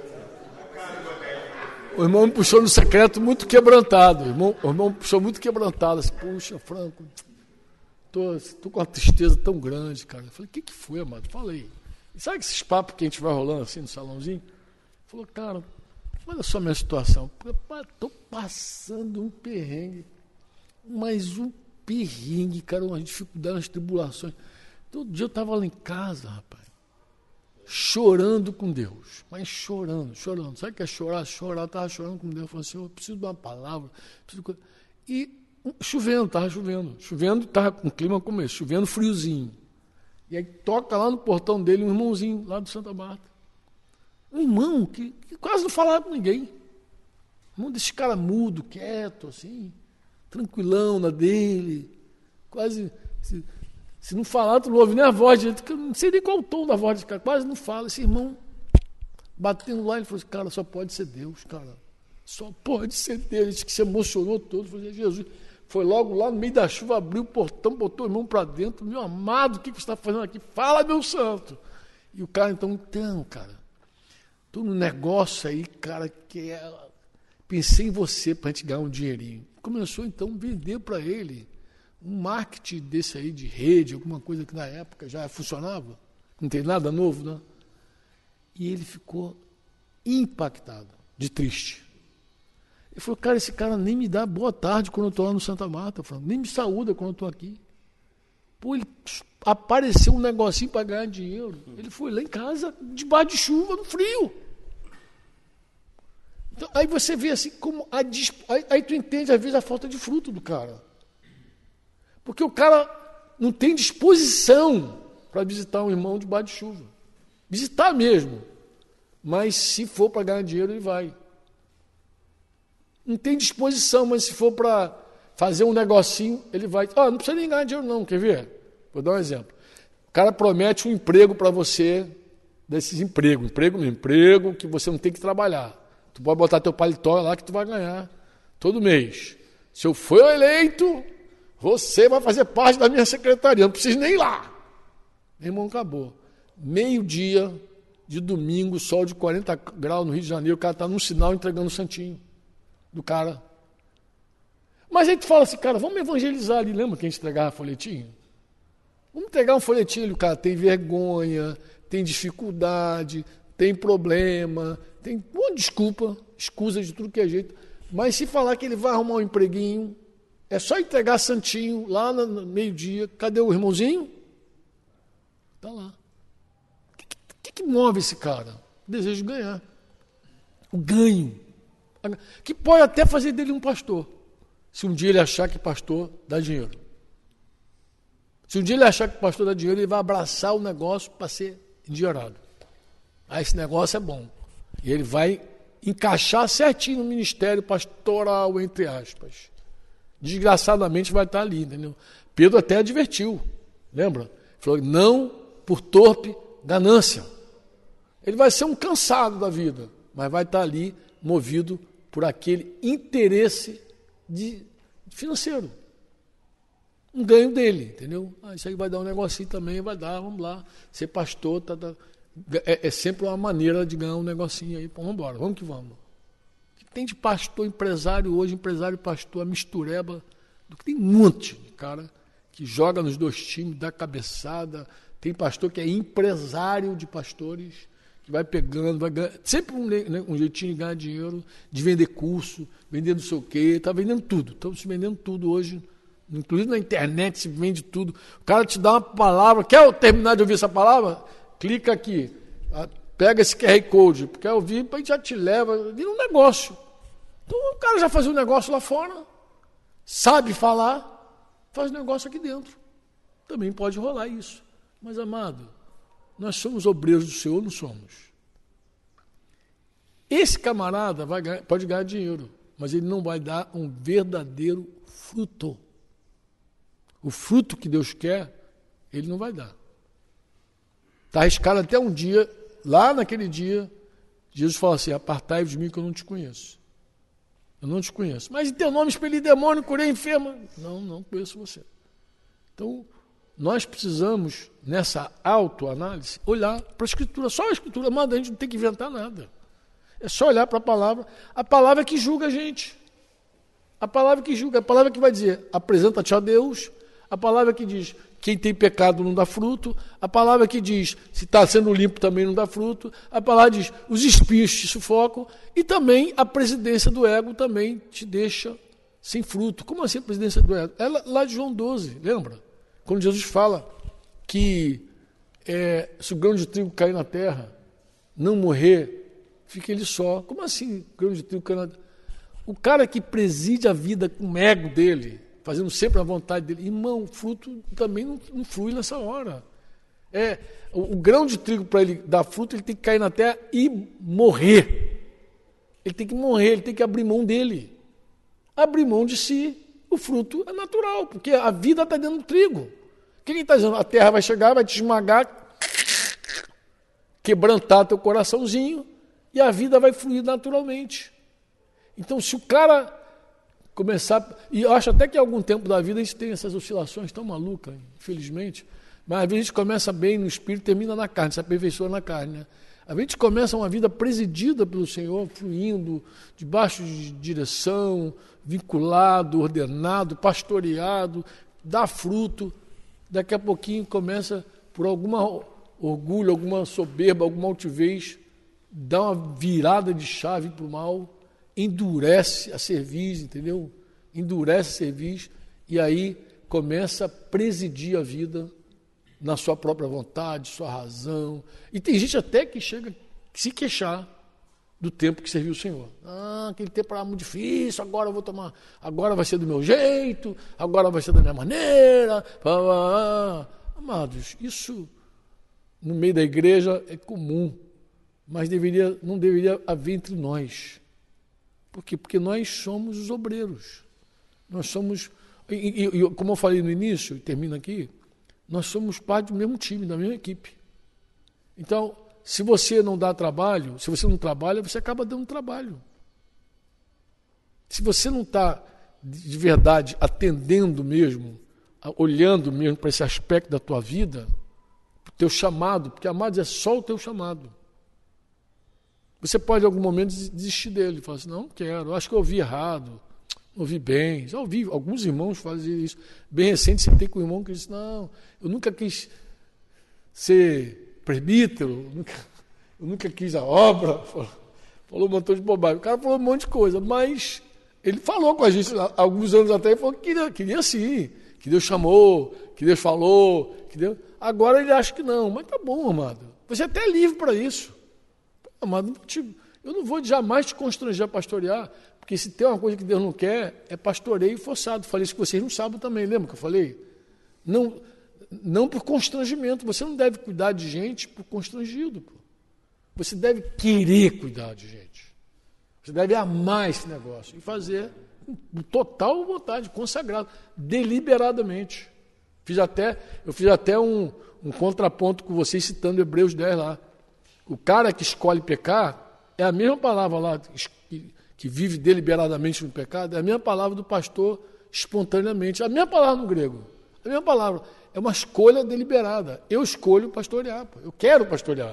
O irmão me puxou no secreto muito quebrantado. O irmão me puxou muito quebrantado. Assim, puxa, Franco, tô com uma tristeza tão grande, cara. Eu falei, o que foi, amado? Falei. E sabe esses papos que a gente vai rolando assim no salãozinho? Ele falou, cara, olha só a minha situação. Estou passando um perrengue, mas um perrengue, cara, uma dificuldade, umas tribulações. Todo dia eu estava lá em casa, rapaz, chorando com Deus, mas chorando. Sabe o que é chorar? Eu estava chorando com Deus. Eu falei assim, eu preciso de uma palavra. E estava chovendo, estava com clima como esse, chovendo friozinho. E aí toca lá no portão dele um irmãozinho, lá do Santa Marta. Um irmão que quase não falava com ninguém. Um irmão desse cara mudo, quieto, assim, tranquilão na dele, quase... Se não falar, tu não ouve nem a voz, eu não sei nem qual o tom da voz desse cara, quase não fala. Esse irmão, batendo lá, ele falou assim, cara, só pode ser Deus, cara. Só pode ser Deus. Ele disse que se emocionou todo, falou, Jesus. Foi logo lá no meio da chuva, abriu o portão, botou o irmão para dentro, meu amado, o que você está fazendo aqui? Fala, meu santo. E o cara, então, cara, estou num negócio aí, cara, que pensei em você para a gente ganhar um dinheirinho. Começou, então, a vender para ele um marketing desse aí de rede, alguma coisa que na época já funcionava, não tem nada novo, né? E ele ficou impactado, de triste. Ele falou, cara, esse cara nem me dá boa tarde quando eu estou lá no Santa Marta, nem me saúda quando eu estou aqui. Pô, ele apareceu um negocinho para ganhar dinheiro. Ele foi lá em casa, debaixo de chuva, no frio. Então, aí você vê assim como aí tu entende às vezes a falta de fruto do cara. Porque o cara não tem disposição para visitar um irmão debaixo de chuva. Visitar mesmo. Mas se for para ganhar dinheiro, ele vai. Não tem disposição, mas se for para fazer um negocinho, ele vai. Não precisa nem ganhar dinheiro não, quer ver? Vou dar um exemplo. O cara promete um emprego para você, desses emprego que você não tem que trabalhar. Tu pode botar teu paletó lá que tu vai ganhar todo mês. Se eu for eleito, você vai fazer parte da minha secretaria, não precisa nem ir lá. Meu irmão, acabou. Meio-dia de domingo, sol de 40 graus no Rio de Janeiro, o cara está num sinal entregando o santinho do cara. Mas aí tu fala assim, cara, vamos evangelizar ali. Lembra que a gente entregava folhetinho? Vamos entregar um folhetinho ali, o cara tem vergonha, tem dificuldade, tem problema, tem uma desculpa, escusa de tudo que é jeito. Mas se falar que ele vai arrumar um empreguinho, é só entregar santinho lá no meio-dia. Cadê o irmãozinho? Está lá. O que move esse cara? O desejo de ganhar. O ganho. Que pode até fazer dele um pastor. Se um dia ele achar que pastor dá dinheiro. Se um dia ele achar que pastor dá dinheiro, ele vai abraçar o negócio para ser endinheirado. Aí esse negócio é bom. E ele vai encaixar certinho no ministério pastoral, entre aspas. Desgraçadamente vai estar ali, entendeu? Pedro até advertiu, lembra? Falou, não por torpe ganância. Ele vai ser um cansado da vida, mas vai estar ali movido por aquele interesse de financeiro. Um ganho dele, entendeu? Isso aí vai dar um negocinho também, vai dar, vamos lá. Ser pastor é sempre uma maneira de ganhar um negocinho aí. Pô, vamos embora, vamos que vamos. Tem de pastor, empresário hoje, empresário e pastor, a mistureba, tem um monte de cara que joga nos dois times, dá cabeçada. Tem pastor que é empresário de pastores, que vai pegando, vai ganhando, sempre um jeitinho de ganhar dinheiro, de vender curso, vender não sei o quê, está vendendo tudo. Estão se vendendo tudo hoje, inclusive na internet se vende tudo. O cara te dá uma palavra, quer terminar de ouvir essa palavra? Clica aqui, pega esse QR Code, quer ouvir, a gente já te leva, vira um negócio. Então o cara já fazia um negócio lá fora, sabe falar, faz um negócio aqui dentro. Também pode rolar isso. Mas, amado, nós somos obreiros do Senhor, não somos. Esse camarada pode ganhar dinheiro, mas ele não vai dar um verdadeiro fruto. O fruto que Deus quer, ele não vai dar. Está arriscado até um dia, lá naquele dia, Jesus fala assim, apartai-vos de mim que eu não te conheço. Eu não te conheço. Mas em teu nome expeli demônio, curei enferma. Não conheço você. Então, nós precisamos, nessa autoanálise, olhar para a Escritura. Só a Escritura, amado, a gente não tem que inventar nada. É só olhar para a palavra que julga a gente. A palavra que julga, a palavra que vai dizer, apresenta-te a Deus, a palavra que diz, quem tem pecado não dá fruto, a palavra que diz, se está sendo limpo também não dá fruto, a palavra diz, os espinhos te sufocam, e também a presidência do ego também te deixa sem fruto. Como assim a presidência do ego? Ela, lá de João 12, lembra? Quando Jesus fala que se o grão de trigo cair na terra, não morrer, fica ele só. Como assim grão de trigo cair na terra? O cara que preside a vida com o ego dele, fazendo sempre a vontade dele, irmão, fruto também não flui nessa hora. O grão de trigo, para ele dar fruto, ele tem que cair na terra e morrer. Ele tem que morrer, ele tem que abrir mão dele. Abrir mão de si. O fruto é natural, porque a vida está dentro do trigo. O que ele está dizendo? A terra vai chegar, vai te esmagar, quebrantar teu coraçãozinho, e a vida vai fluir naturalmente. Então, se o cara começar... E eu acho até que em algum tempo da vida a gente tem essas oscilações tão malucas, infelizmente, mas às vezes a gente começa bem no espírito e termina na carne, se aperfeiçoa na carne, né? A gente começa uma vida presidida pelo Senhor, fluindo, debaixo de direção, vinculado, ordenado, pastoreado, dá fruto. Daqui a pouquinho começa, por algum orgulho, alguma soberba, alguma altivez, dá uma virada de chave para o mal, endurece a cerviz, entendeu? Endurece a cerviz e aí começa a presidir a vida na sua própria vontade, sua razão. E tem gente até que chega a se queixar do tempo que serviu o Senhor. Aquele tempo era muito difícil, agora eu vou tomar, agora vai ser do meu jeito, agora vai ser da minha maneira. Amados, isso no meio da igreja é comum, mas não deveria haver entre nós. Por quê? Porque nós somos os obreiros. Nós somos, como eu falei no início, e termino aqui, nós somos parte do mesmo time, da mesma equipe. Então, se você não dá trabalho, se você não trabalha, você acaba dando trabalho. Se você não está, de verdade, atendendo mesmo, olhando mesmo para esse aspecto da tua vida, para o teu chamado, porque, amados, é só o teu chamado. Você pode, em algum momento, desistir dele. Falar assim, não quero, acho que eu ouvi errado, não ouvi bem. Já ouvi alguns irmãos fazer isso. Bem recente, sentei com um irmão que disse, não, eu nunca quis ser presbítero, eu nunca quis a obra. Falou um montão de bobagem. O cara falou um monte de coisa, mas ele falou com a gente alguns anos atrás, ele falou que queria sim, que Deus chamou, que Deus falou, que Deus... Agora ele acha que não, mas tá bom, amado. Você é até livre para isso. Amado, eu não vou jamais te constranger a pastorear, porque se tem uma coisa que Deus não quer, é pastoreio forçado. Falei isso que vocês não sabem também, lembra que eu falei? Não por constrangimento, você não deve cuidar de gente por constrangido. Pô. Você deve querer cuidar de gente. Você deve amar esse negócio e fazer com total vontade, consagrado, deliberadamente. Eu fiz até um contraponto com vocês citando Hebreus 10 lá. O cara que escolhe pecar é a mesma palavra lá, que vive deliberadamente no pecado, é a mesma palavra do pastor espontaneamente. A minha palavra no grego, a minha palavra é uma escolha deliberada. Eu escolho pastorear, pô. Eu quero pastorear.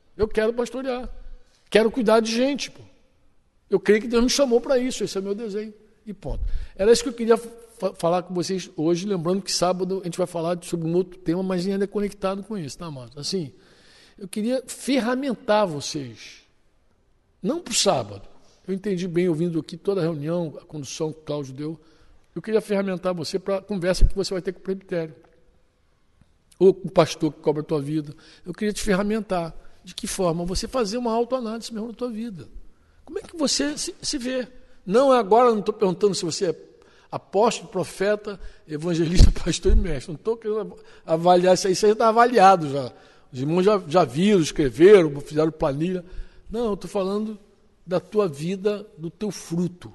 Quero cuidar de gente, pô. Eu creio que Deus me chamou para isso, esse é o meu desenho. E ponto. Era isso que eu queria falar com vocês hoje, lembrando que sábado a gente vai falar sobre um outro tema, mas ainda é conectado com isso, tá, amados? Assim, eu queria ferramentar vocês, não para o sábado. Eu entendi bem, ouvindo aqui toda a reunião, a condução que o Cláudio deu, eu queria ferramentar você para a conversa que você vai ter com o presbitério, ou com o pastor que cobra a tua vida. Eu queria te ferramentar. De que forma? Você fazer uma autoanálise mesmo na tua vida. Como é que você se vê? Não, agora não estou perguntando se você é apóstolo, profeta, evangelista, pastor e mestre. Não estou querendo avaliar isso aí, isso aí está avaliado já. Os irmãos já viram, escreveram, fizeram planilha. Não, eu estou falando da tua vida, do teu fruto.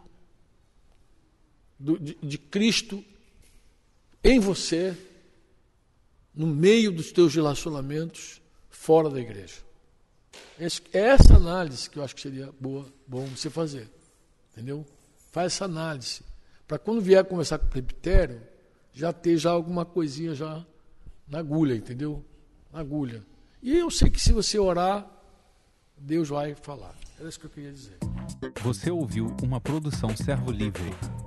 De Cristo em você, no meio dos teus relacionamentos, fora da igreja. É essa análise que eu acho que seria bom você fazer. Entendeu? Faz essa análise. Para quando vier conversar com o presbitério, já ter já alguma coisinha já na agulha, entendeu? Na agulha. E eu sei que se você orar, Deus vai falar. Era isso que eu queria dizer. Você ouviu uma produção Servo Livre.